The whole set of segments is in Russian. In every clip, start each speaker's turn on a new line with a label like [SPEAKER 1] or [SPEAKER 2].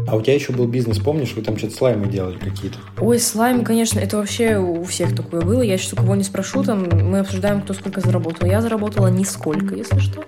[SPEAKER 1] А у тебя еще был бизнес, помнишь? Вы там что-то слаймы делали какие-то.
[SPEAKER 2] Ой, слайм, конечно, это вообще у всех такое было. Я сейчас у кого не спрошу, там мы обсуждаем, кто сколько заработал. Я заработала нисколько, если что.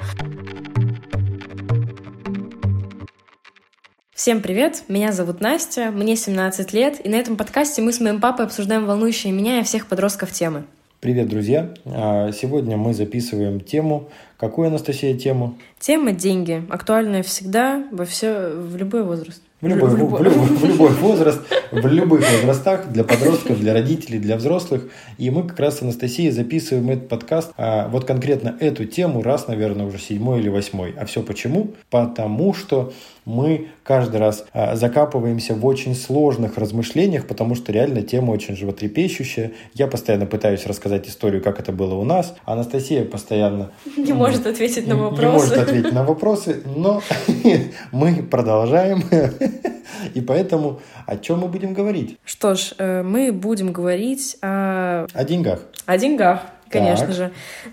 [SPEAKER 2] Всем привет, меня зовут Настя, мне 17 лет, и на этом подкасте мы с моим папой обсуждаем волнующие меня и всех подростков темы.
[SPEAKER 1] Привет, друзья! Сегодня мы записываем тему. Какую, Анастасия, тему?
[SPEAKER 2] Тема «Деньги». Актуальная всегда, в любой возраст.
[SPEAKER 1] В любой возраст, в любых возрастах, для подростков, для родителей, для взрослых. И мы как раз с Анастасией записываем этот подкаст, вот конкретно эту тему раз, наверное, уже 7-й или 8-й. А все почему? Потому что мы каждый раз закапываемся в очень сложных размышлениях, потому что реально тема очень животрепещущая. Я постоянно пытаюсь рассказать историю, как это было у нас. Анастасия постоянно
[SPEAKER 2] не может ответить на вопросы.
[SPEAKER 1] Не может ответить на вопросы, но мы продолжаем. И поэтому о чем мы будем говорить?
[SPEAKER 2] Что ж, мы будем говорить о
[SPEAKER 1] деньгах.
[SPEAKER 2] О деньгах, конечно же.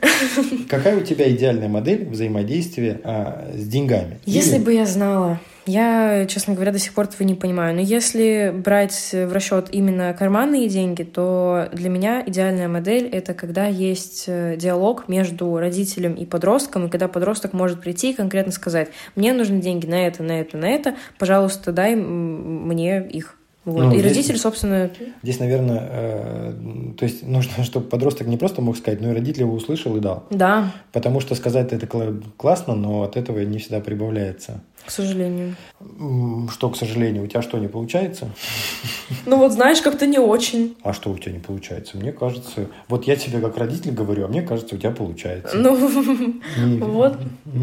[SPEAKER 1] Какая у тебя идеальная модель взаимодействия с деньгами?
[SPEAKER 2] Если бы я знала. Я, честно говоря, до сих пор этого не понимаю. Но если брать в расчет именно карманные деньги, то для меня идеальная модель — это когда есть диалог между родителем и подростком, и когда подросток может прийти и конкретно сказать: мне нужны деньги на это, на это, на это, пожалуйста, дай мне их. Вот.
[SPEAKER 1] Ну,
[SPEAKER 2] и родитель, собственно...
[SPEAKER 1] Здесь, наверное, то есть нужно, чтобы подросток не просто мог сказать, но и родитель его услышал и дал.
[SPEAKER 2] Да.
[SPEAKER 1] Потому что сказать это классно, но от этого не всегда прибавляется.
[SPEAKER 2] К сожалению.
[SPEAKER 1] Что, к сожалению? У тебя что, не получается?
[SPEAKER 2] Ну вот, знаешь, как-то не очень.
[SPEAKER 1] А что у тебя не получается? Мне кажется... Вот я тебе как родитель говорю, а мне кажется, у тебя получается.
[SPEAKER 2] Вот.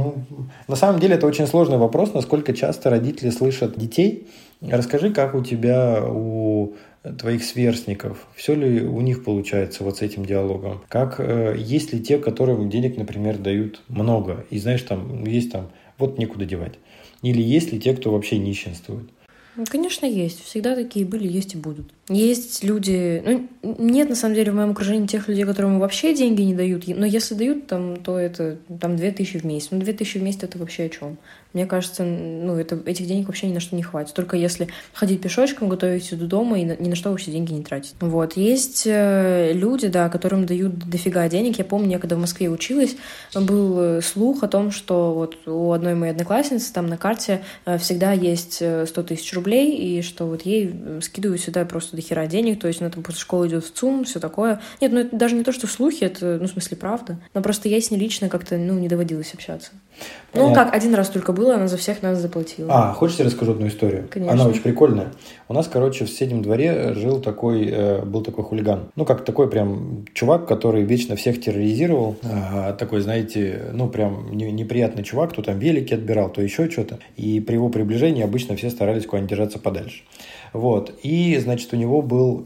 [SPEAKER 1] На самом деле это очень сложный вопрос, насколько часто родители слышат детей. Расскажи, как у тебя, у твоих сверстников, все ли у них получается вот с этим диалогом? Как есть ли те, которым денег, например, дают много, и знаешь, там есть там вот некуда девать? Или есть ли те, кто вообще нищенствует?
[SPEAKER 2] Конечно, есть. Всегда такие были, есть и будут. Есть люди... нет, на самом деле, в моем окружении тех людей, которым вообще деньги не дают. Но если дают, то это 2000 в месяц. 2000 в месяц — это вообще о чем? Мне кажется, этих денег вообще ни на что не хватит. Только если ходить пешочком, готовить до дома и ни на что вообще деньги не тратить. Вот. Есть люди, да, которым дают дофига денег. Я помню, я когда в Москве училась, был слух о том, что вот у одной моей одноклассницы там на карте всегда есть 100 тысяч рублей, и что вот ей скидывают сюда просто до хера денег, то есть она там после школы идет в ЦУМ, все такое. Нет, это даже не то, что слухи, это, в смысле, правда. Но просто я с ней лично как-то, не доводилось общаться. Как, один раз только было, она за всех нас заплатила.
[SPEAKER 1] Хочешь, я расскажу одну историю?
[SPEAKER 2] Конечно.
[SPEAKER 1] Она очень прикольная. У нас, в соседнем дворе был такой хулиган. Такой прям чувак, который вечно всех терроризировал. Такой, знаете, прям неприятный чувак, кто там велики отбирал, то еще что-то. И при его приближении обычно все старались куда-нибудь держаться подальше. Вот. И, значит, у него был,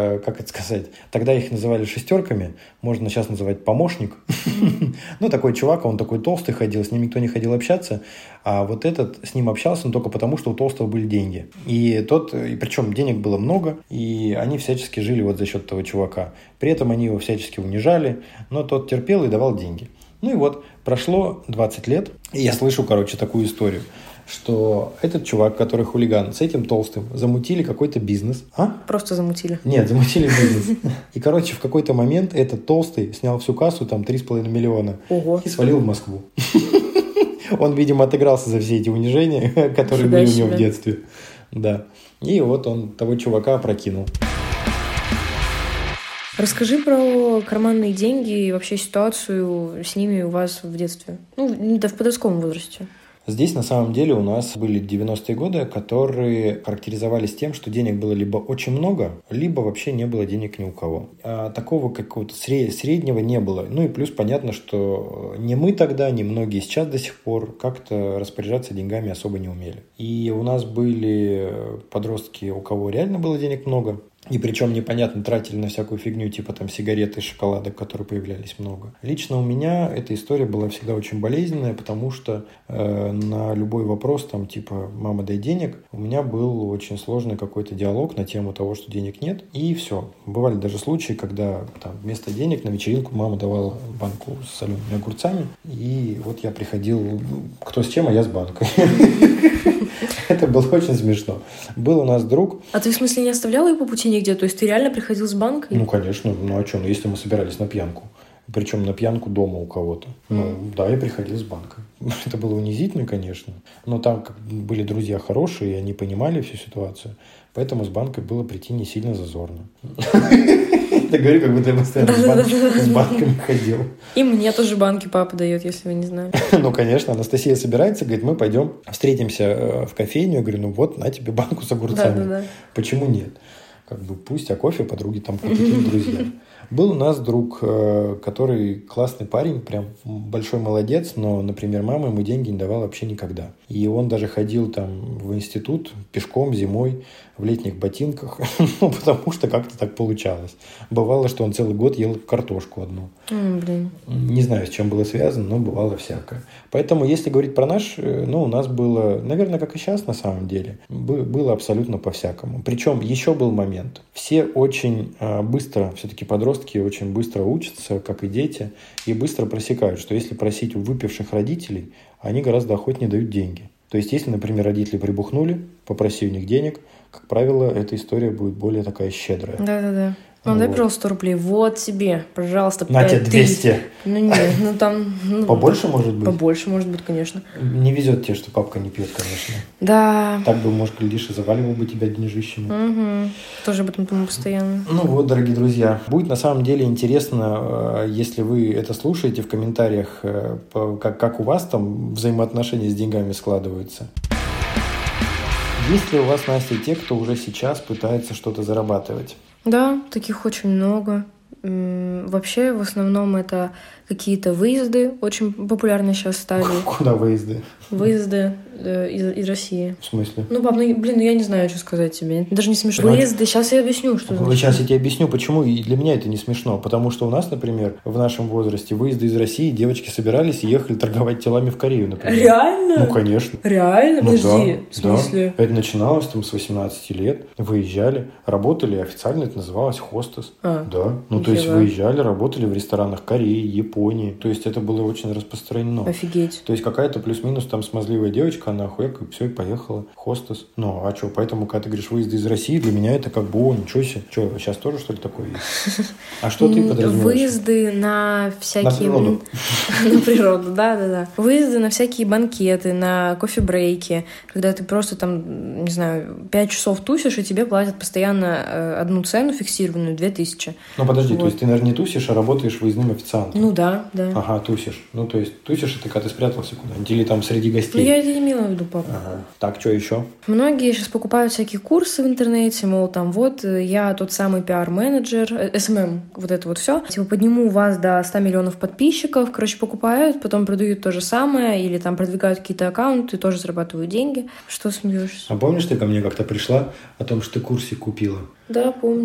[SPEAKER 1] тогда их называли шестерками, можно сейчас называть помощник. Такой чувак, он такой толстый ходил, с ним никто не ходил общаться, а вот этот с ним общался, но только потому, что у толстого были деньги. И причем денег было много, и они всячески жили вот за счет этого чувака. При этом они его всячески унижали, но тот терпел и давал деньги. Прошло 20 лет, и я слышу, такую историю, что этот чувак, который хулиган, с этим толстым замутили какой-то бизнес.
[SPEAKER 2] Просто замутили.
[SPEAKER 1] Нет, замутили бизнес. И, в какой-то момент этот толстый снял всю кассу, там 3,5 миллиона.
[SPEAKER 2] Ого.
[SPEAKER 1] И свалил в Москву. Он, видимо, отыгрался за все эти унижения, которые были у него в детстве. Да. И вот он того чувака опрокинул.
[SPEAKER 2] Расскажи про карманные деньги и вообще ситуацию с ними у вас в детстве. В подростковом возрасте.
[SPEAKER 1] Здесь, на самом деле, у нас были 90-е годы, которые характеризовались тем, что денег было либо очень много, либо вообще не было денег ни у кого. А такого какого-то среднего не было. И плюс понятно, что ни мы тогда, ни многие сейчас до сих пор как-то распоряжаться деньгами особо не умели. И у нас были подростки, у кого реально было денег много. И причем непонятно тратили на всякую фигню, типа там сигареты, шоколадок, которые появлялись много. Лично у меня эта история была всегда очень болезненная, потому что на любой вопрос, там типа «мама, дай денег», у меня был очень сложный какой-то диалог на тему того, что денег нет. И все. Бывали даже случаи, когда там вместо денег на вечеринку мама давала банку с солеными огурцами. И вот я приходил, кто с чем, а я с банкой. Это было очень смешно. Был у нас друг...
[SPEAKER 2] А ты, в смысле, не оставлял ее по пути нигде? То есть ты реально приходил с банкой?
[SPEAKER 1] Ну, конечно. Ну, а что? Ну, если мы собирались на пьянку. Причем на пьянку дома у кого-то. Ну, да, я приходил с банкой. Это было унизительно, конечно. Но там были друзья хорошие, и они понимали всю ситуацию. Поэтому с банкой было прийти не сильно зазорно. Я говорю, как будто я постоянно с банками ходил.
[SPEAKER 2] И мне тоже банки папа дает, если вы не знали.
[SPEAKER 1] Ну, конечно, Анастасия собирается, говорит, мы пойдем встретимся в кофейню. Я говорю, ну вот, на тебе банку с огурцами. Почему нет? Как бы пусть, а кофе подруги там купили друзья. Был у нас друг, который классный парень, прям большой молодец, но, например, мама ему деньги не давала вообще никогда. И он даже ходил там в институт пешком зимой в летних ботинках, ну, потому что как-то так получалось. Бывало, что он целый год ел картошку одну.
[SPEAKER 2] Блин.
[SPEAKER 1] Не знаю, с чем было связано, но бывало всякое. Поэтому, если говорить про наш, ну, у нас было, наверное, как и сейчас на самом деле, было абсолютно по-всякому. Причем еще был момент. Все очень быстро, все-таки подростки очень быстро учатся, как и дети, и быстро просекают, что если просить у выпивших родителей, они гораздо охотнее дают деньги. То есть, если, например, родители прибухнули, попроси у них денег, как правило, эта история будет более такая щедрая.
[SPEAKER 2] Да-да-да. Ну, дай, пожалуйста, 100 рублей. Вот тебе, пожалуйста, 5
[SPEAKER 1] на тебе 200.
[SPEAKER 2] Ну, нет, ну там...
[SPEAKER 1] Побольше, может быть?
[SPEAKER 2] Побольше, может быть, конечно.
[SPEAKER 1] Не везет тебе, что папка не пьет, конечно.
[SPEAKER 2] Да.
[SPEAKER 1] Так бы, может, глядишь, и заваливал бы тебя деньжищами.
[SPEAKER 2] Угу. Тоже об этом думаю постоянно.
[SPEAKER 1] Ну вот, дорогие друзья, будет на самом деле интересно, если вы это слушаете в комментариях, как у вас там взаимоотношения с деньгами складываются. Есть ли у вас, Настя, те, кто уже сейчас пытается что-то зарабатывать?
[SPEAKER 2] Да, таких очень много. Вообще, в основном, это какие-то выезды, очень популярны сейчас стали.
[SPEAKER 1] Куда выезды?
[SPEAKER 2] Выезды из России.
[SPEAKER 1] В смысле?
[SPEAKER 2] Ну, пап, я не знаю, что сказать тебе. Даже не смешно. Выезды, сейчас я объясню, что значит.
[SPEAKER 1] Сейчас я тебе объясню, почему. И для меня это не смешно. Потому что у нас, например, в нашем возрасте выезды из России, девочки собирались и ехали торговать телами в Корею, например.
[SPEAKER 2] Реально?
[SPEAKER 1] Ну, конечно.
[SPEAKER 2] Реально?
[SPEAKER 1] Ну,
[SPEAKER 2] Подожди,
[SPEAKER 1] да,
[SPEAKER 2] в смысле?
[SPEAKER 1] Да. Это начиналось там с 18 лет. Выезжали, работали, официально это называлось хостес. Да. Ну, то есть выезжали, работали в ресторанах Кореи, Японии. То есть это было очень распространено.
[SPEAKER 2] Офигеть.
[SPEAKER 1] То есть какая-то плюс-минус там смазливая девочка, она хуяк, и все, и поехала. Хостес. Ну, а что, поэтому, когда ты говоришь выезды из России, для меня это как бы, о, ничего себе. Что, сейчас тоже, что ли, такое есть? А что ты подразумеваешь?
[SPEAKER 2] Выезды на всякие...
[SPEAKER 1] На природу.
[SPEAKER 2] На природу, да. Выезды на всякие банкеты, на кофе-брейки, когда ты просто там, не знаю, 5 часов тусишь, и тебе платят постоянно одну цену фиксированную, 2000.
[SPEAKER 1] Ну, подожди, то есть ты, наверное, не тусишь, а работаешь выездным официантом?
[SPEAKER 2] Ну, да.
[SPEAKER 1] Ага, тусишь. Ну, то есть тусишь это когда ты спрятался куда-нибудь или там среди гостей?
[SPEAKER 2] Ну, я это не имела в виду, папа.
[SPEAKER 1] Ага. Так, что еще?
[SPEAKER 2] Многие сейчас покупают всякие курсы в интернете, мол, там вот я тот самый пиар-менеджер, SMM, вот это вот все. Типа подниму вас до 100 миллионов подписчиков, короче, покупают, потом продают то же самое, или там продвигают какие-то аккаунты, тоже зарабатывают деньги. Что смеешься?
[SPEAKER 1] А помнишь, ты ко мне как-то пришла о том, что ты курсик купила?
[SPEAKER 2] Да, помню.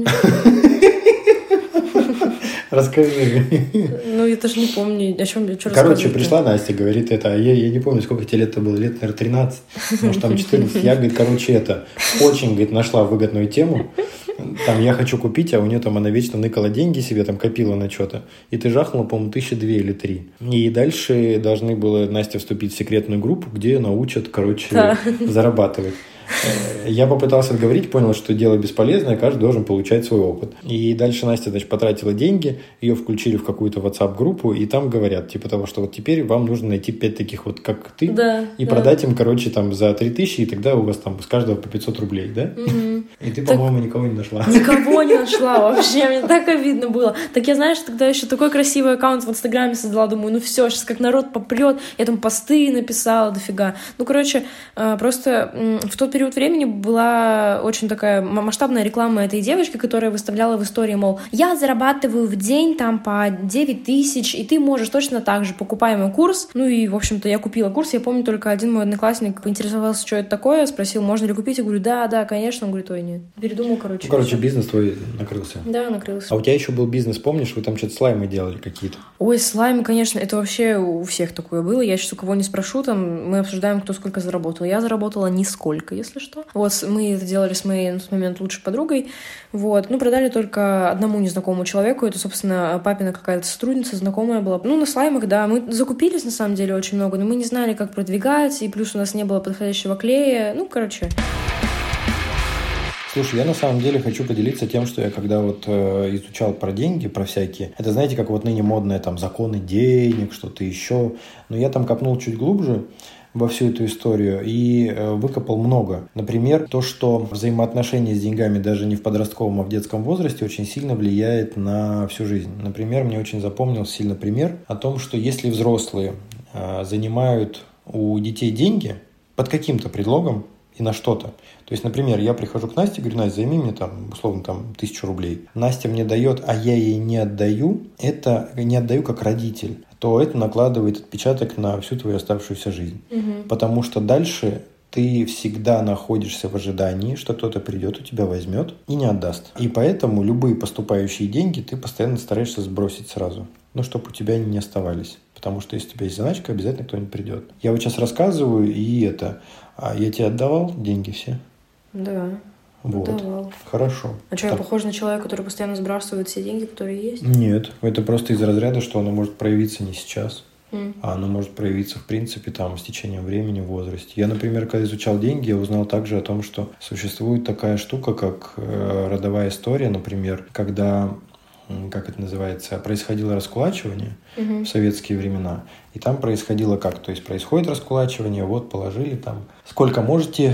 [SPEAKER 1] Расскажи.
[SPEAKER 2] Ну, я тоже не помню, о чем рассказывать.
[SPEAKER 1] Короче, пришла Настя, говорит, я не помню, сколько тебе лет-то было, лет, наверное, 13, может, там 14. Я, говорит, очень, говорит, нашла выгодную тему. Там, я хочу купить, а у нее там она вечно ныкала деньги себе, там копила на что-то. И ты жахнула, по-моему, 1002 или 3. И дальше должны было Настя вступить в секретную группу, где научат, зарабатывать. Я попытался отговорить, понял, что дело бесполезное, каждый должен получать свой опыт. И дальше Настя, значит, потратила деньги, ее включили в какую-то WhatsApp-группу, и там говорят, типа того, что вот теперь вам нужно найти 5 таких вот, как ты, и продать им, там за 3000, и тогда у вас там с каждого по 500 рублей, да? И ты, по-моему, никого не нашла.
[SPEAKER 2] Никого не нашла вообще, мне так обидно было. Так я, знаешь, тогда еще такой красивый аккаунт в Инстаграме создала, думаю, ну все, сейчас как народ попрет, я там посты написала дофига. Ну, короче, просто в тот период времени была очень такая масштабная реклама этой девочки, которая выставляла в истории, мол, я зарабатываю в день там по 9000, и ты можешь точно так же, покупай мой курс. Ну и, в общем-то, я купила курс. Я помню, только один мой одноклассник поинтересовался, что это такое, спросил, можно ли купить. Я говорю, да, конечно. Он говорит, нет. Передумал, короче.
[SPEAKER 1] Ну, короче, бизнес твой накрылся.
[SPEAKER 2] Да, накрылся.
[SPEAKER 1] А у тебя еще был бизнес, помнишь, вы там что-то слаймы делали какие-то?
[SPEAKER 2] Ой, слаймы, конечно, это вообще у всех такое было. Я сейчас у кого не спрошу, там мы обсуждаем, кто сколько заработал. Я заработала нисколько, если что. Вот, мы это делали с моей на тот момент лучшей подругой. Вот, ну, продали только одному незнакомому человеку. Это, собственно, папина какая-то сотрудница, знакомая была. Ну, на слаймах, да, мы закупились, на самом деле, очень много, но мы не знали, как продвигать, и плюс у нас не было подходящего клея. Ну, короче...
[SPEAKER 1] Слушай, я на самом деле хочу поделиться тем, что я когда вот изучал про деньги, про всякие, это знаете, как вот ныне модные там законы денег, что-то еще, но я там копнул чуть глубже во всю эту историю и выкопал много. Например, то, что взаимоотношения с деньгами даже не в подростковом, а в детском возрасте очень сильно влияет на всю жизнь. Например, мне очень запомнился сильно пример о том, что если взрослые занимают у детей деньги под каким-то предлогом, и на что-то. То есть, например, я прихожу к Насте, говорю: Настя, займи мне там, условно, там 1000 рублей. Настя мне дает, а я ей не отдаю, это не отдаю как родитель, то это накладывает отпечаток на всю твою оставшуюся жизнь. Угу. Потому что дальше ты всегда находишься в ожидании, что кто-то придет, у тебя возьмет и не отдаст. И поэтому любые поступающие деньги ты постоянно стараешься сбросить сразу, ну, чтобы у тебя они не оставались. Потому что если у тебя есть заначка, обязательно кто-нибудь придет. Я вот сейчас рассказываю, и это... А я тебе отдавал деньги все?
[SPEAKER 2] Да,
[SPEAKER 1] вот.
[SPEAKER 2] Отдавал.
[SPEAKER 1] Хорошо.
[SPEAKER 2] А что, я похожа на человека, который постоянно сбрасывает все деньги, которые есть?
[SPEAKER 1] Нет, это просто из разряда, что оно может проявиться не сейчас, а оно может проявиться, в принципе, там, с течением времени, в возрасте. Я, например, когда изучал деньги, я узнал также о том, что существует такая штука, как родовая история, например, когда... как это называется, происходило раскулачивание в советские времена. И там происходило как? То есть происходит раскулачивание, вот положили там, сколько можете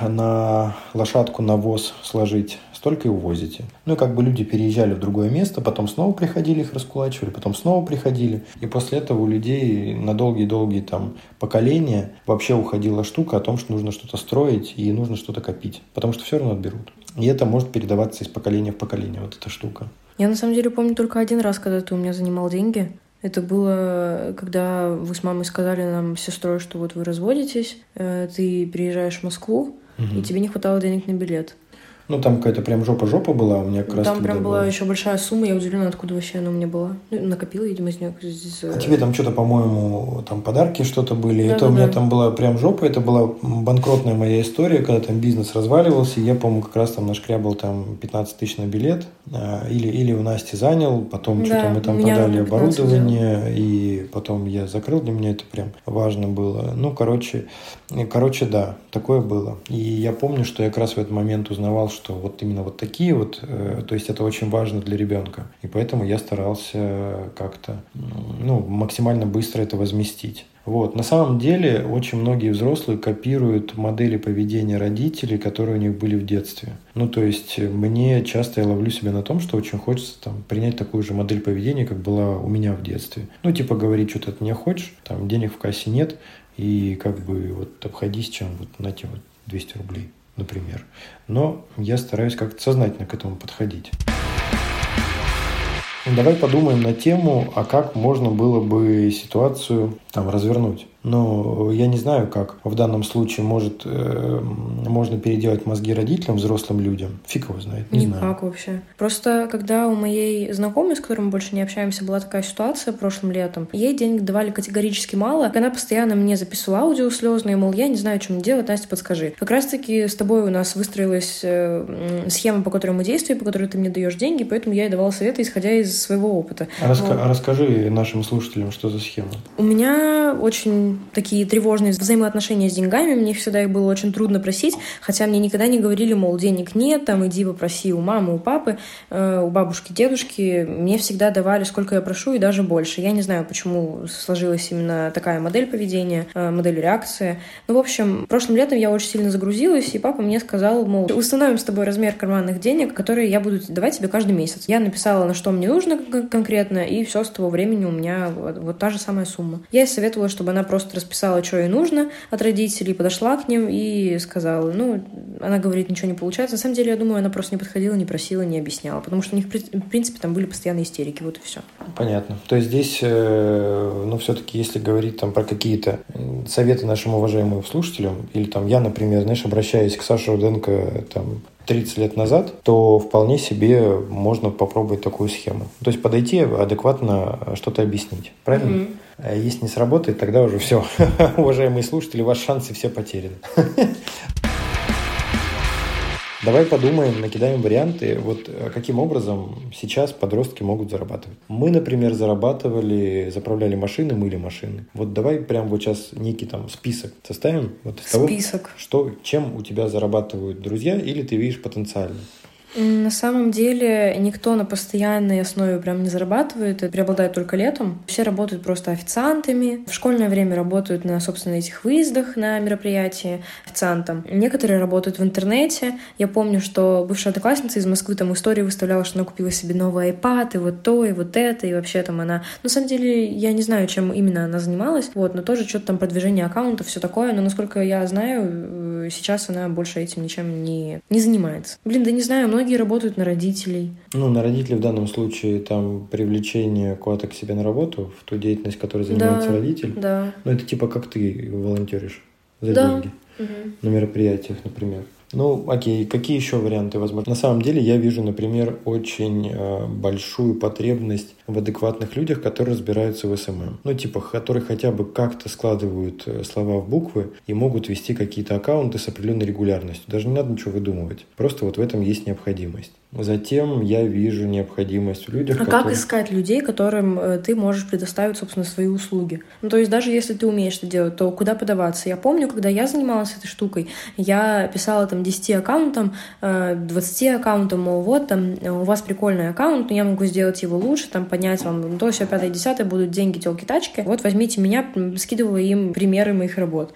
[SPEAKER 1] на лошадку навоз сложить, столько и увозите. Ну и как бы люди переезжали в другое место, потом снова приходили, их раскулачивали, потом снова приходили. И после этого у людей на долгие-долгие там поколения вообще уходила штука о том, что нужно что-то строить и нужно что-то копить. Потому что все равно отберут. И это может передаваться из поколения в поколение, вот эта штука.
[SPEAKER 2] Я на самом деле помню только один раз, когда ты у меня занимал деньги. Это было, когда вы с мамой сказали нам с сестрой, что вот вы разводитесь, ты приезжаешь в Москву, и тебе не хватало денег на билет.
[SPEAKER 1] Ну, там какая-то прям жопа-жопа была, у меня как раз
[SPEAKER 2] там прям была еще большая сумма, я удивлена, откуда вообще она у меня была. Ну, накопила, видимо, из нее.
[SPEAKER 1] А тебе там что-то, по-моему, там подарки что-то были. Да, это у меня там была прям жопа, это была банкротная моя история, когда там бизнес разваливался, и я, по-моему, как раз там нашкрябал там 15 тысяч на билет, или у Насти занял, потом что-то мы там продали оборудование, и потом я закрыл, для меня это прям важно было. Ну, короче, да, такое было. И я помню, что я как раз в этот момент узнавал, что вот именно вот такие вот, то есть это очень важно для ребенка. И поэтому я старался как-то, ну, максимально быстро это возместить. Вот. На самом деле очень многие взрослые копируют модели поведения родителей, которые у них были в детстве. Ну, то есть мне часто я ловлю себя на том, что очень хочется там принять такую же модель поведения, как была у меня в детстве. Ну, типа говорить, что ты от меня хочешь, там денег в кассе нет, и как бы вот обходись, чем вот на те вот 200 рублей. Например. Но я стараюсь как-то сознательно к этому подходить. Давай подумаем на тему, а как можно было бы ситуацию там развернуть. Но я не знаю, как в данном случае можно переделать мозги родителям, взрослым людям. Фиг его знает, не знаю.
[SPEAKER 2] Никак вообще. Просто когда у моей знакомой, с которой мы больше не общаемся, была такая ситуация прошлым летом, ей денег давали категорически мало. Она постоянно мне записывала аудио слезные, мол, я не знаю, что мне делать, Настя, подскажи. Как раз-таки с тобой у нас выстроилась схема, по которой мы действуем, по которой ты мне даешь деньги, поэтому я ей давала советы, исходя из своего опыта.
[SPEAKER 1] Расскажи нашим слушателям, что за схема.
[SPEAKER 2] У меня очень такие тревожные взаимоотношения с деньгами, мне всегда их было очень трудно просить, хотя мне никогда не говорили, мол, денег нет, там, иди попроси у мамы, у папы, у бабушки, дедушки. Мне всегда давали, сколько я прошу, и даже больше. Я не знаю, почему сложилась именно такая модель поведения, модель реакции. Ну, в общем, прошлым летом я очень сильно загрузилась, и папа мне сказал, мол, установим с тобой размер карманных денег, которые я буду давать тебе каждый месяц. Я написала, на что мне нужно конкретно, и все с того времени у меня вот та же самая сумма. Я ей советовала, чтобы она просто просто расписала, что ей нужно от родителей, подошла к ним и сказала. Она говорит, ничего не получается. На самом деле, я думаю, она просто не подходила, не просила, не объясняла, потому что у них, в принципе, там были постоянные истерики, вот и все.
[SPEAKER 1] Понятно. То есть здесь, все-таки, если говорить там про какие-то советы нашим уважаемым слушателям, или там я, например, обращаюсь к Саше Руденко 30 лет назад, то вполне себе можно попробовать такую схему. То есть подойти, адекватно что-то объяснить. Правильно? Если не сработает, тогда уже все. Уважаемые слушатели, ваши шансы все потеряны. Давай подумаем, накидаем варианты, каким образом сейчас подростки могут зарабатывать. Мы, например, заправляли машины, мыли машины. Давай прямо сейчас некий список составим.
[SPEAKER 2] Список.
[SPEAKER 1] Чем у тебя зарабатывают друзья или ты видишь потенциально?
[SPEAKER 2] На самом деле никто на постоянной основе прям не зарабатывает, это преобладает только летом. Все работают просто официантами, в школьное время работают на, собственно, этих выездах на мероприятия официантом. Некоторые работают в интернете. Я помню, что бывшая одноклассница из Москвы историю выставляла, что она купила себе новый iPad, и вот то, и вот это, и вообще она... На самом деле, я не знаю, чем именно она занималась, но тоже что-то продвижение аккаунтов, все такое, но, насколько я знаю, сейчас она больше этим ничем не занимается. Да не знаю, многие работают на родителей.
[SPEAKER 1] На родителей в данном случае привлечение куда-то к себе на работу, в ту деятельность, которой занимается родитель.
[SPEAKER 2] Да.
[SPEAKER 1] Это как ты волонтеришь за деньги на мероприятиях, например. Окей, какие еще варианты возможны? На самом деле я вижу, например, очень большую потребность в адекватных людях, которые разбираются в СММ. Которые хотя бы как-то складывают слова в буквы и могут вести какие-то аккаунты с определенной регулярностью. Даже не надо ничего выдумывать. Просто в этом есть необходимость. Затем я вижу необходимость в людях,
[SPEAKER 2] как искать людей, которым ты можешь предоставить, собственно, свои услуги? То есть даже если ты умеешь это делать, то куда подаваться? Я помню, когда я занималась этой штукой, я писала 10 аккаунтам, 20 аккаунтам, мол, у вас прикольный аккаунт, но я могу сделать его лучше, поднять вам то, все, 5-10, будут деньги, тёлки, тачки. Возьмите меня, скидывала им примеры моих работ.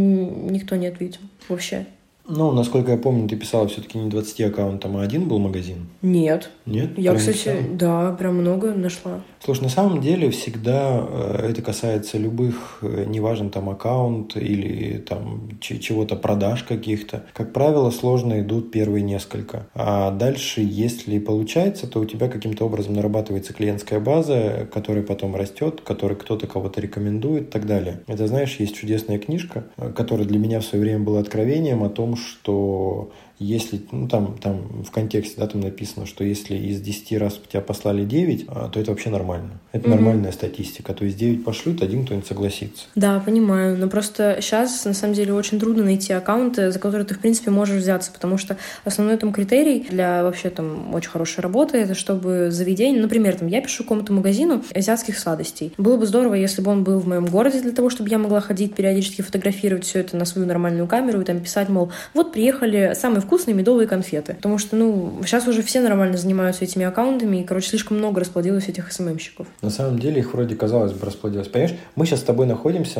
[SPEAKER 2] Никто не ответил вообще.
[SPEAKER 1] Насколько я помню, ты писала все-таки не 20 аккаунтам, а один был магазин?
[SPEAKER 2] Нет.
[SPEAKER 1] Нет?
[SPEAKER 2] Я, кстати, прям много нашла.
[SPEAKER 1] Слушай, на самом деле всегда это касается любых, неважно, аккаунт или чего-то, продаж каких-то. Как правило, сложно идут первые несколько. А дальше, если получается, то у тебя каким-то образом нарабатывается клиентская база, которая потом растет, которой кто-то кого-то рекомендует и так далее. Это, знаешь, есть чудесная книжка, которая для меня в свое время была откровением о том, что если, там в контексте, написано, что если из 10 раз тебя послали 9, то это вообще нормально. Это нормальная статистика. То есть 9 пошлют, один кто-нибудь согласится.
[SPEAKER 2] Да, понимаю. Но просто сейчас, на самом деле, очень трудно найти аккаунты, за которые ты, в принципе, можешь взяться, потому что основной критерий для вообще очень хорошей работы — это чтобы заведение, например, я пишу какому-то магазину азиатских сладостей. Было бы здорово, если бы он был в моем городе, для того, чтобы я могла ходить, периодически фотографировать все это на свою нормальную камеру и писать, мол, приехали самые вкусные медовые конфеты. Потому что, сейчас уже все нормально занимаются этими аккаунтами, и, слишком много расплодилось этих СММщиков.
[SPEAKER 1] На самом деле их вроде, казалось бы, расплодилось. Понимаешь, мы сейчас с тобой находимся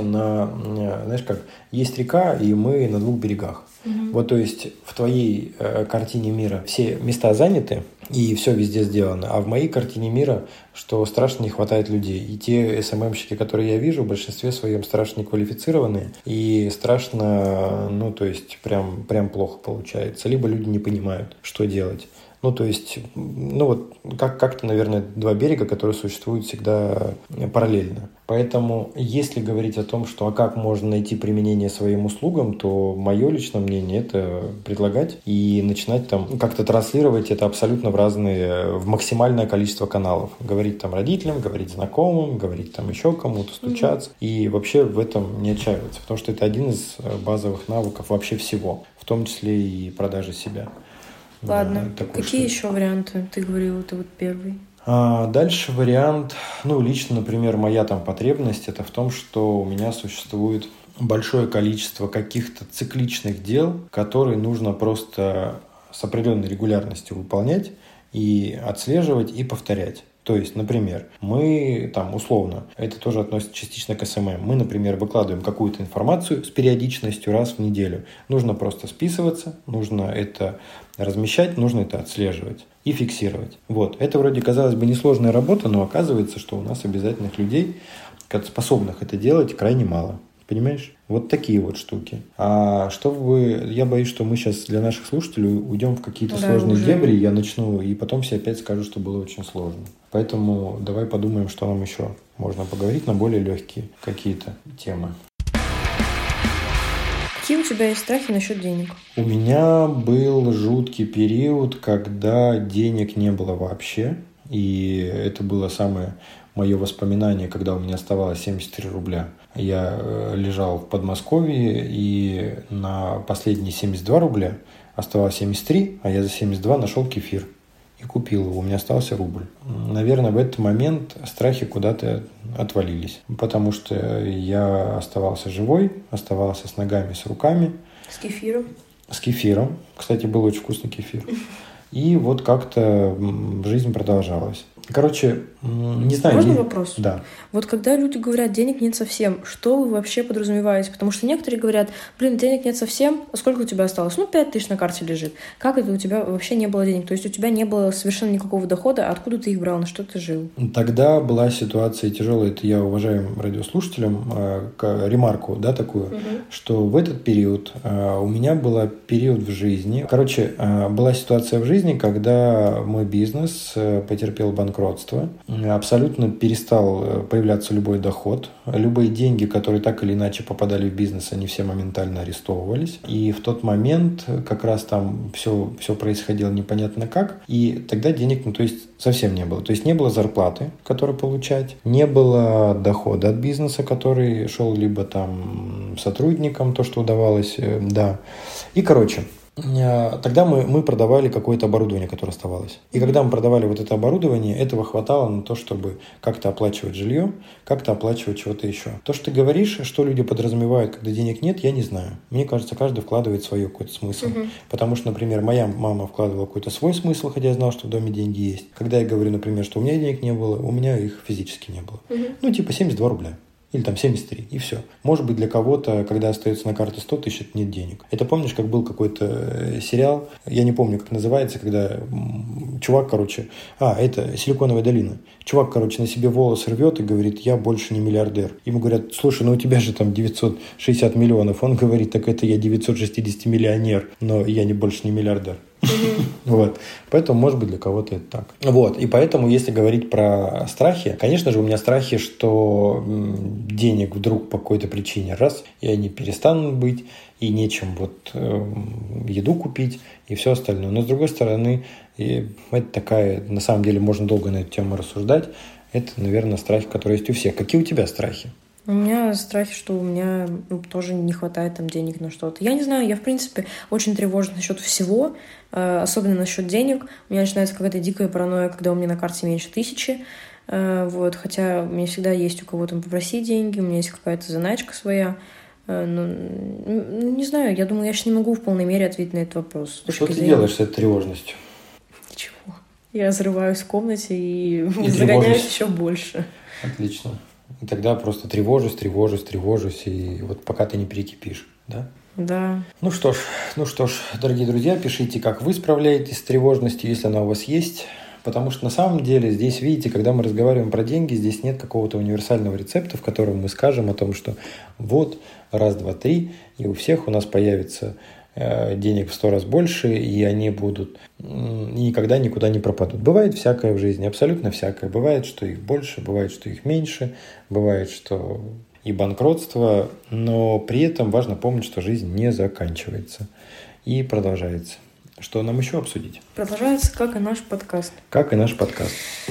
[SPEAKER 1] есть река, и мы на 2 берегах. То есть в твоей картине мира все места заняты, и все везде сделано. А в моей картине мира, что страшно не хватает людей. И те СММщики, которые я вижу, в большинстве своем страшно неквалифицированные, и страшно, прям плохо получается. Либо люди не понимают, что делать. Как-то, наверное, 2 берега, которые существуют всегда параллельно. Поэтому, если говорить о том, что как можно найти применение своим услугам, то мое личное мнение — это предлагать и начинать как-то транслировать это абсолютно в максимальное количество каналов. Говорить родителям, говорить знакомым, говорить еще кому-то, стучаться. И вообще в этом не отчаиваться, потому что это один из базовых навыков вообще всего, в том числе и продажи себя.
[SPEAKER 2] Ладно, какие еще варианты? Ты говорил, это первый.
[SPEAKER 1] Дальше вариант, лично, например, моя потребность, это в том, что у меня существует большое количество каких-то цикличных дел, которые нужно просто с определенной регулярностью выполнять и отслеживать и повторять. То есть, например, мы условно, это тоже относится частично к СММ, мы, например, выкладываем какую-то информацию с периодичностью раз в неделю. Нужно просто списываться, нужно это размещать, нужно это отслеживать и фиксировать. Это вроде, казалось бы, несложная работа, но оказывается, что у нас обязательных людей, способных это делать, крайне мало. Понимаешь? Вот такие вот штуки. Я боюсь, что мы сейчас для наших слушателей уйдем в какие-то сложные дебри, я начну, и потом все опять скажут, что было очень сложно. Поэтому давай подумаем, что нам еще можно поговорить на более легкие какие-то темы.
[SPEAKER 2] Какие у тебя есть страхи насчет денег?
[SPEAKER 1] У меня был жуткий период, когда денег не было вообще. И это было самое мое воспоминание, когда у меня оставалось 73 рубля. Я лежал в Подмосковье, и на последние 72 рубля оставалось 73, а я за 72 нашел кефир и купил его. У меня остался рубль. Наверное, в этот момент страхи куда-то отвалились, потому что я оставался живой, оставался с ногами, с руками.
[SPEAKER 2] С кефиром?
[SPEAKER 1] С кефиром. Кстати, был очень вкусный кефир. И вот как-то жизнь продолжалась. Короче, не знаю.
[SPEAKER 2] Можно вопрос?
[SPEAKER 1] Да.
[SPEAKER 2] Вот когда люди говорят, денег нет совсем, что вы вообще подразумеваете? Потому что некоторые говорят, денег нет совсем, а сколько у тебя осталось? 5 тысяч на карте лежит. Как это у тебя вообще не было денег? То есть у тебя не было совершенно никакого дохода, а откуда ты их брал, на что ты жил?
[SPEAKER 1] Тогда была ситуация тяжелая, это я уважаемым радиослушателям ремарку, такую, что в этот период у меня был период в жизни. Короче, была ситуация в жизни, когда мой бизнес потерпел банкротство. Абсолютно перестал появляться любой доход. Любые деньги, которые так или иначе попадали в бизнес, они все моментально арестовывались. И в тот момент как раз там все происходило непонятно как. И тогда денег, совсем не было. То есть не было зарплаты, которую получать, не было дохода от бизнеса, который шел либо там сотрудникам, то, что удавалось, да. И, тогда мы продавали какое-то оборудование, которое оставалось. И когда мы продавали вот это оборудование, этого хватало на то, чтобы как-то оплачивать жилье, как-то оплачивать чего-то еще. То, что ты говоришь, что люди подразумевают, когда денег нет, я не знаю. Мне кажется, каждый вкладывает свой какой-то смысл. Потому что, например, моя мама вкладывала какой-то свой смысл, хотя я знал, что в доме деньги есть. Когда я говорю, например, что у меня денег не было, у меня их физически не было. 72 рубля. Или там 73, и все. Может быть, для кого-то, когда остается на карте 100 тысяч, это нет денег. Это помнишь, как был какой-то сериал, я не помню, как называется, когда чувак, это «Силиконовая долина». Чувак, на себе волос рвет и говорит, я больше не миллиардер. Ему говорят, слушай, у тебя же там 960 миллионов. Он говорит, так это я 960 миллионер, но я больше не миллиардер. Вот. Поэтому, может быть, для кого-то это так. Вот. И поэтому, если говорить про страхи, конечно же, у меня страхи, что денег вдруг по какой-то причине и они перестанут быть, и нечем еду купить, и все остальное. Но, с другой стороны, это такая, на самом деле, можно долго на эту тему рассуждать. Это, наверное, страхи, которые есть у всех. Какие у тебя страхи?
[SPEAKER 2] У меня страхи, что у меня тоже не хватает денег на что-то. Я не знаю, я, в принципе, очень тревожна насчет всего, особенно насчет денег. У меня начинается какая-то дикая паранойя, когда у меня на карте меньше 1000. Хотя у меня всегда есть у кого-то попросить деньги, у меня есть какая-то заначка своя. Не знаю, я думаю, я сейчас не могу в полной мере ответить на этот вопрос.
[SPEAKER 1] Что ты делаешь с этой тревожностью?
[SPEAKER 2] Ничего. Я взрываюсь в комнате и загоняюсь еще больше.
[SPEAKER 1] Отлично. И тогда просто тревожусь, и пока ты не перекипишь, да?
[SPEAKER 2] Да.
[SPEAKER 1] Ну что ж, дорогие друзья, пишите, как вы справляетесь с тревожностью, если она у вас есть. Потому что на самом деле здесь, видите, когда мы разговариваем про деньги, здесь нет какого-то универсального рецепта, в котором мы скажем о том, что раз, два, три, и у всех у нас появится денег в 100 раз больше, и они будут никогда никуда не пропадут. Бывает всякое в жизни, абсолютно всякое. Бывает, что их больше, бывает, что их меньше, бывает, что и банкротство, но при этом важно помнить, что жизнь не заканчивается и продолжается. Что нам еще обсудить?
[SPEAKER 2] Продолжается, как и наш подкаст.
[SPEAKER 1] Как и наш подкаст.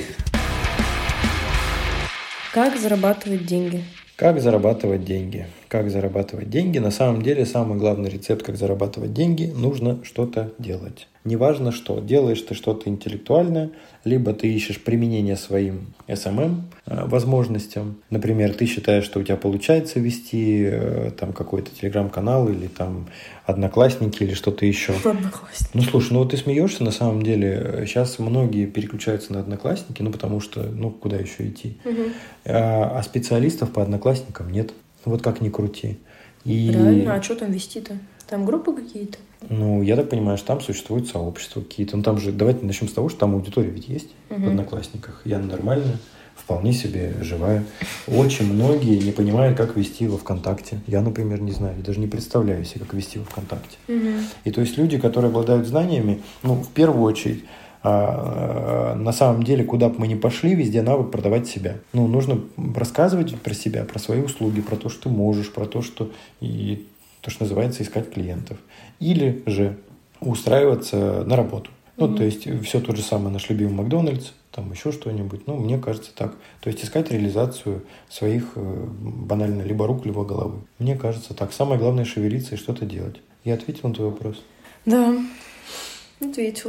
[SPEAKER 2] Как зарабатывать деньги?
[SPEAKER 1] Как зарабатывать деньги? Как зарабатывать деньги? На самом деле, самый главный рецепт, как зарабатывать деньги, нужно что-то делать. Неважно что. Делаешь ты что-то интеллектуальное, либо ты ищешь применение своим SMM возможностям. Например, ты считаешь, что у тебя получается вести там какой-то телеграм-канал или там Одноклассники или что-то еще.
[SPEAKER 2] Одноклассники.
[SPEAKER 1] Слушай, ты смеешься, на самом деле. Сейчас многие переключаются на Одноклассники, потому что, куда еще идти.
[SPEAKER 2] Угу.
[SPEAKER 1] А специалистов по Одноклассникам нет. Вот как ни крути.
[SPEAKER 2] Реально? А что там вести-то? Там группы какие-то?
[SPEAKER 1] Я так понимаю, что там существуют сообщества какие-то. Там же, давайте начнем с того, что там аудитория ведь есть в Одноклассниках. И она нормальная. вполне себе живая. Очень многие не понимают, как вести его ВКонтакте. Я, например, не знаю, я даже не представляю себе, как вести его ВКонтакте. И то есть люди, которые обладают знаниями, в первую очередь, на самом деле, куда бы мы ни пошли, везде навык продавать себя. Нужно рассказывать про себя, про свои услуги, про то, что ты можешь, про то, что называется искать клиентов. Или же устраиваться на работу. То есть все то же самое, наш любимый Макдональдс, там еще что-нибудь. Мне кажется так. То есть искать реализацию своих банально либо рук, либо головы. Мне кажется так. Самое главное шевелиться и что-то делать. Я ответил на твой вопрос?
[SPEAKER 2] Да, ответил.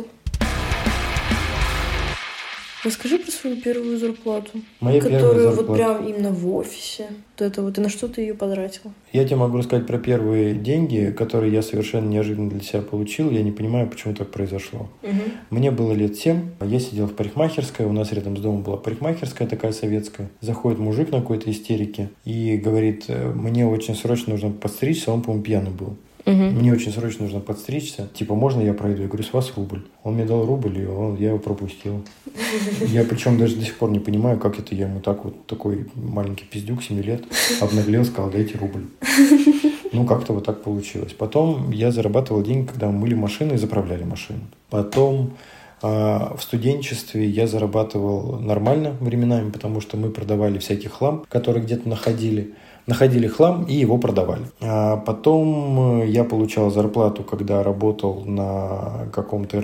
[SPEAKER 2] Расскажи про свою первую зарплату.
[SPEAKER 1] Моя
[SPEAKER 2] которую вот прям именно в офисе. И на что ты ее потратил?
[SPEAKER 1] Я тебе могу рассказать про первые деньги, которые я совершенно неожиданно для себя получил. Я не понимаю, почему так произошло. Мне было лет 7. Я сидел в парикмахерской. У нас рядом с домом была парикмахерская такая советская. Заходит мужик на какой-то истерике и говорит: мне очень срочно нужно подстричься. Он, по-моему, пьяный был. Мне очень срочно нужно подстричься. Можно я пройду? Я говорю: с вас рубль. Он мне дал рубль, и я его пропустил. Я причем даже до сих пор не понимаю, как это я ему такой маленький пиздюк, 7 лет, обнаглел, сказал: дайте рубль. Как-то вот так получилось. Потом я зарабатывал деньги, когда мы мыли машины и заправляли машины. Потом в студенчестве я зарабатывал нормально временами, потому что мы продавали всякий хлам, который где-то находили хлам и его продавали. А потом я получал зарплату, когда работал на каком-то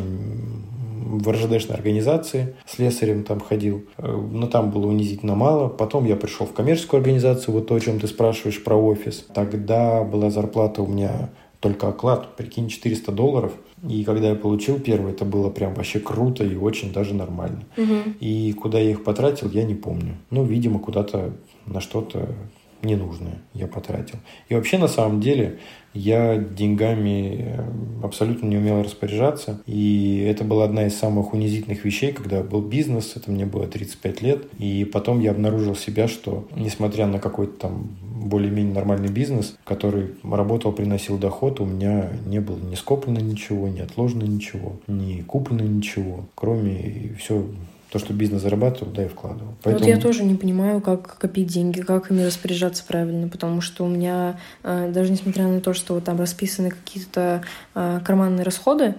[SPEAKER 1] в РЖДшной организации, слесарем там ходил, но там было унизительно мало. Потом я пришел в коммерческую организацию, вот то, о чем ты спрашиваешь про офис. Тогда была зарплата у меня только оклад, прикинь, $400. И когда я получил первый, это было прям вообще круто и очень даже нормально. И куда я их потратил, я не помню. Видимо, куда-то на что-то ненужное я потратил. И вообще, на самом деле, я деньгами абсолютно не умел распоряжаться. И это была одна из самых унизительных вещей, когда был бизнес, это мне было 35 лет. И потом я обнаружил себя, что, несмотря на какой-то там более-менее нормальный бизнес, который работал, приносил доход, у меня не было ни скоплено ничего, ни отложено ничего, ни куплено ничего, кроме все то, что бизнес зарабатывал, и вкладывал.
[SPEAKER 2] Поэтому... Я тоже не понимаю, как копить деньги, как ими распоряжаться правильно, потому что у меня, даже несмотря на то, что там расписаны какие-то карманные расходы,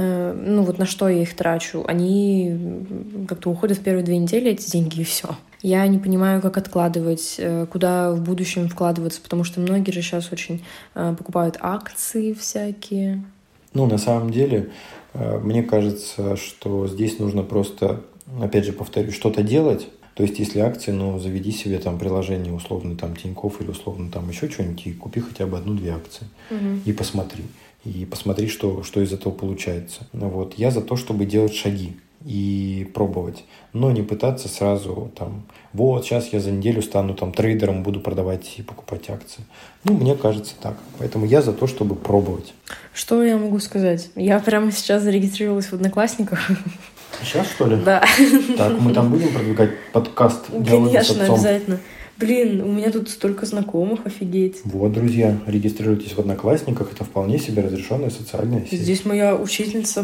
[SPEAKER 2] на что я их трачу, они как-то уходят в первые 2 недели, эти деньги, и все. Я не понимаю, как откладывать, куда в будущем вкладываться, потому что многие же сейчас очень покупают акции всякие.
[SPEAKER 1] На самом деле, мне кажется, что здесь нужно просто, опять же, повторюсь, что-то делать. То есть, если акции, заведи себе там приложение условно там Тинькофф или условно там еще что-нибудь и купи хотя бы 1-2 акции. И посмотри. И посмотри, что из этого получается. Я за то, чтобы делать шаги и пробовать. Но не пытаться сразу там, сейчас я за неделю стану там трейдером, буду продавать и покупать акции. Мне кажется так. Поэтому я за то, чтобы пробовать.
[SPEAKER 2] Что я могу сказать? Я прямо сейчас зарегистрировалась в Одноклассниках.
[SPEAKER 1] Сейчас, что ли?
[SPEAKER 2] Да.
[SPEAKER 1] Так, мы там будем продвигать подкаст «Диалоги с отцом»?
[SPEAKER 2] Конечно, обязательно. Блин, у меня тут столько знакомых, офигеть.
[SPEAKER 1] Друзья, регистрируйтесь в Одноклассниках, это вполне себе разрешенная социальная сеть.
[SPEAKER 2] Здесь моя учительница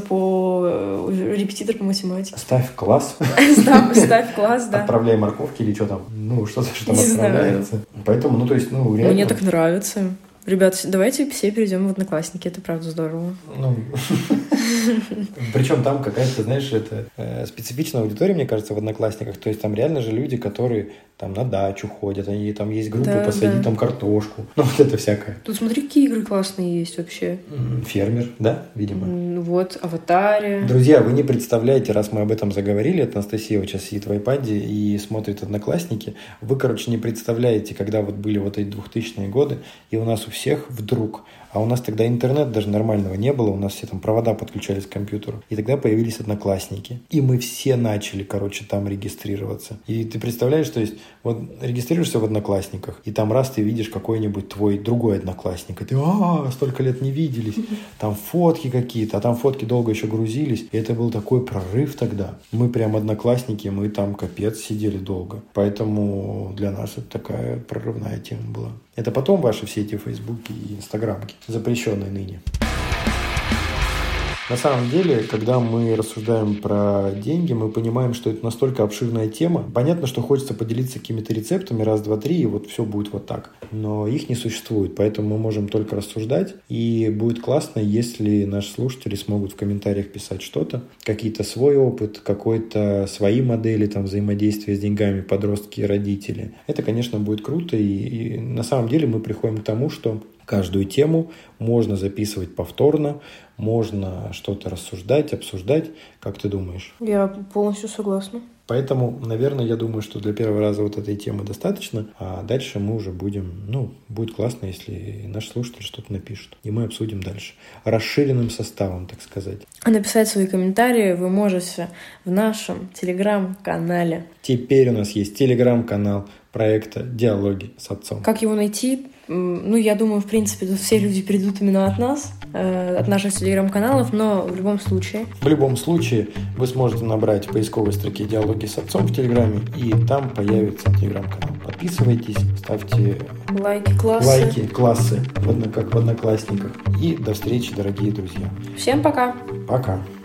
[SPEAKER 2] репетитор по математике.
[SPEAKER 1] Ставь класс.
[SPEAKER 2] Ставь класс, да.
[SPEAKER 1] Отправляй морковки или что там, что там отправляется. Поэтому, реально.
[SPEAKER 2] Мне так нравится. Ребят, давайте все перейдем в Одноклассники, это правда здорово.
[SPEAKER 1] Причем там какая-то, знаешь, это специфичная аудитория, мне кажется, в Одноклассниках. То есть там реально же люди, которые там на дачу ходят, они там есть группы посадить там картошку, это всякое.
[SPEAKER 2] Тут смотри, какие игры классные есть вообще.
[SPEAKER 1] Фермер, да, видимо.
[SPEAKER 2] Аватаре.
[SPEAKER 1] Друзья, вы не представляете, раз мы об этом заговорили, это Анастасия сейчас сидит в iPad и смотрит Одноклассники, вы, не представляете, когда были эти 2000-е годы, и у нас у всех вдруг, а у нас тогда интернет даже нормального не было, у нас все там провода подключались к компьютеру, и тогда появились Одноклассники, и мы все начали, там регистрироваться. И ты представляешь, то есть регистрируешься в Одноклассниках, и там раз ты видишь какой-нибудь твой другой одноклассник, и ты, столько лет не виделись, там фотки какие-то, а там фотки долго еще грузились, и это был такой прорыв тогда. Мы прям одноклассники, мы там капец сидели долго, поэтому для нас это такая прорывная тема была. Это потом ваши все эти фейсбуки и инстаграмки, запрещенные ныне. На самом деле, когда мы рассуждаем про деньги, мы понимаем, что это настолько обширная тема. Понятно, что хочется поделиться какими-то рецептами, раз, два, три, и вот все будет вот так. Но их не существует, поэтому мы можем только рассуждать. И будет классно, если наши слушатели смогут в комментариях писать что-то, какие-то свой опыт, какой-то свои модели там, взаимодействия с деньгами, подростки и родители. Это, конечно, будет круто. И на самом деле мы приходим к тому, что каждую тему можно записывать повторно, можно что-то рассуждать, обсуждать. Как ты думаешь?
[SPEAKER 2] Я полностью согласна.
[SPEAKER 1] Поэтому, наверное, я думаю, что для первого раза вот этой темы достаточно, а дальше мы уже будем, будет классно, если наш слушатель что-то напишет, и мы обсудим дальше. Расширенным составом, так сказать.
[SPEAKER 2] А написать свои комментарии вы можете в нашем телеграм-канале.
[SPEAKER 1] Теперь у нас есть телеграм-канал проекта «Диалоги с отцом».
[SPEAKER 2] Как его найти? Я думаю, в принципе, тут все люди придут именно от нас, от наших телеграм-каналов, но в любом случае...
[SPEAKER 1] В любом случае, вы сможете набрать в поисковой строке «Диалоги с отцом» в Телеграме, и там появится телеграм-канал. Подписывайтесь, ставьте
[SPEAKER 2] лайки,
[SPEAKER 1] классы, как в Одноклассниках. И до встречи, дорогие друзья.
[SPEAKER 2] Всем пока!
[SPEAKER 1] Пока!